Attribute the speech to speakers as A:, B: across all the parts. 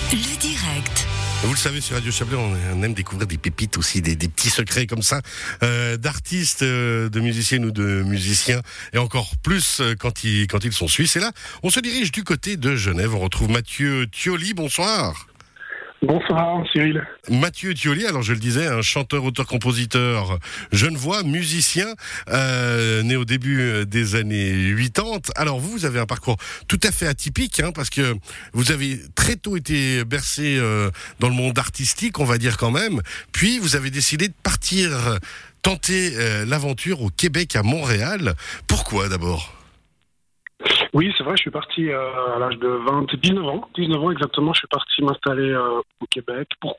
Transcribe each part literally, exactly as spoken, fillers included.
A: Le direct.
B: Vous le savez, sur Radio Chablais, on aime découvrir des pépites aussi, des, des petits secrets comme ça, euh, d'artistes, euh, de musiciennes ou de musiciens, et encore plus euh, quand ils, quand ils sont suisses. Et là, on se dirige du côté de Genève. On retrouve Mathieu Thioli. Bonsoir.
C: Bonsoir Cyril.
B: Mathieu Thioli, alors je le disais, un chanteur, auteur, compositeur genevois, musicien, euh, né au début des années quatre-vingt-dix. Alors vous, vous avez un parcours tout à fait atypique, hein, parce que vous avez très tôt été bercé euh, dans le monde artistique, on va dire quand même, puis vous avez décidé de partir tenter euh, l'aventure au Québec, à Montréal. Pourquoi d'abord ?
C: Oui, c'est vrai, je suis parti euh, à l'âge de vingt, dix-neuf ans. dix-neuf ans exactement, je suis parti m'installer euh, au Québec. Pourquoi ?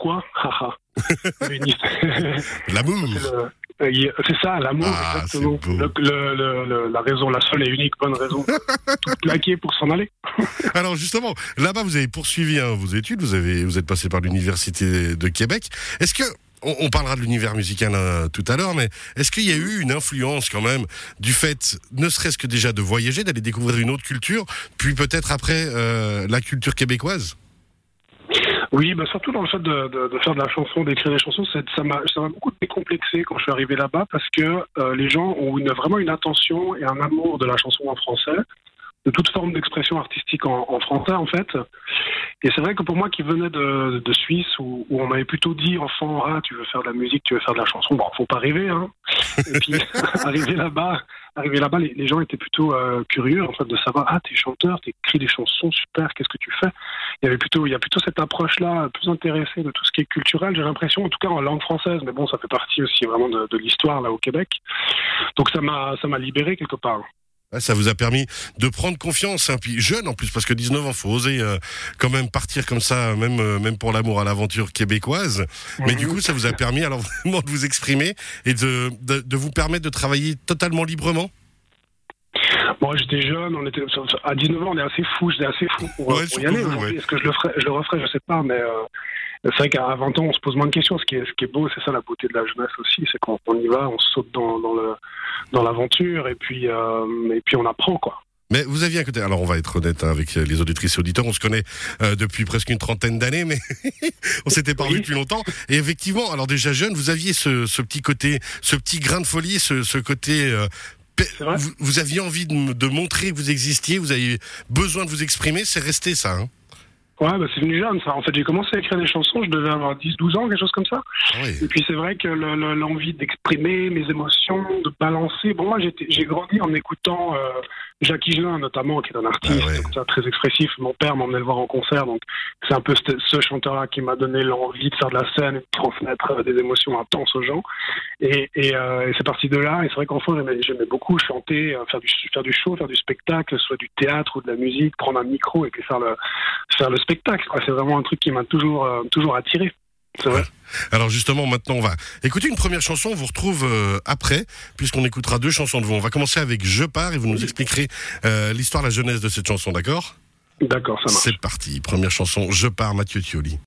B: L'amour.
C: C'est, le, euh, c'est ça, l'amour,
B: ah,
C: exactement. Le, le, le, le, la raison, la seule et unique bonne raison. Tout plaqué pour s'en aller.
B: Alors justement, là-bas, vous avez poursuivi hein, vos études, vous, avez, vous êtes passé par l'Université de Québec. Est-ce que... On parlera de l'univers musical hein, tout à l'heure, mais est-ce qu'il y a eu une influence quand même du fait, ne serait-ce que déjà de voyager, d'aller découvrir une autre culture, puis peut-être après euh, la culture québécoise ?
C: Oui, bah surtout dans le fait de, de, de faire de la chanson, d'écrire des chansons, c'est, ça, m'a, ça m'a beaucoup décomplexé quand je suis arrivé là-bas, parce que euh, les gens ont une, vraiment une attention et un amour de la chanson en français, de toute forme d'expression artistique en, en français en fait. Et c'est vrai que pour moi qui venais de, de Suisse, où, où on m'avait plutôt dit enfant, ah tu veux faire de la musique, tu veux faire de la chanson, bon faut pas rêver hein. Et puis arriver là-bas, arriver là-bas, les, les gens étaient plutôt euh, curieux en fait de savoir, ah t'es chanteur, t'écris des chansons, super, qu'est-ce que tu fais ? Il y avait plutôt, il y a plutôt cette approche-là, plus intéressée de tout ce qui est culturel, j'ai l'impression, en tout cas en langue française, mais bon ça fait partie aussi vraiment de, de l'histoire là au Québec. Donc ça m'a, ça m'a libéré quelque part.
B: Ça vous a permis de prendre confiance, hein, puis jeune en plus, parce que dix-neuf ans, faut oser euh, quand même partir comme ça, même euh, même pour l'amour à l'aventure québécoise. Mm-hmm. Mais du coup, ça vous a permis alors vraiment de vous exprimer et de, de, de vous permettre de travailler totalement librement.
C: Moi, j'étais jeune, on était à dix-neuf ans, on est assez fou, j'étais assez fou pour,
B: ouais,
C: pour y aller.
B: Vous, ouais.
C: Est-ce que je le ferais, je le referais, je sais pas, mais euh, c'est vrai qu'à vingt ans, on se pose moins de questions. Ce qui est, ce qui est beau, c'est ça la beauté de la jeunesse aussi, c'est quand on y va, on saute dans, dans le dans l'aventure et puis euh, et puis on apprend quoi.
B: Mais vous aviez un côté, alors on va être honnête hein, avec les auditrices et auditeurs, on se connaît euh, depuis presque une trentaine d'années, mais on s'était pas vu depuis longtemps. Et effectivement, alors déjà jeune, vous aviez ce, ce petit côté, ce petit grain de folie, ce, ce côté... Euh, vous, vous aviez envie de, de montrer que vous existiez, vous avez besoin de vous exprimer, c'est resté ça hein.
C: Ouais, bah c'est venu jeune ça. En fait, j'ai commencé à écrire des chansons, je devais avoir dix douze ans, quelque chose comme ça. Oui. Et puis c'est vrai que le, le, l'envie d'exprimer mes émotions, de balancer... Bon, moi, j'étais, j'ai grandi en écoutant euh, Jacques Higelin, notamment, qui est un artiste ah ouais. comme ça, très expressif. Mon père m'emmenait le voir en concert, donc c'est un peu ce, ce chanteur-là qui m'a donné l'envie de faire de la scène et de transmettre des émotions intenses aux gens. Et, et, euh, et c'est parti de là. Et c'est vrai qu'enfant, j'aimais, j'aimais beaucoup chanter, faire du, faire du show, faire du spectacle, soit du théâtre ou de la musique, prendre un micro et puis faire le, faire le spectacle, quoi. C'est vraiment un truc qui m'a toujours, euh, toujours attiré. C'est vrai.
B: Alors justement, maintenant, on va écouter une première chanson. On vous retrouve euh, après, puisqu'on écoutera deux chansons de vous. On va commencer avec Je pars et vous nous expliquerez euh, l'histoire, la genèse de cette chanson, d'accord ?
C: D'accord, ça marche.
B: C'est parti. Première chanson, Je pars, Mathieu Thioli.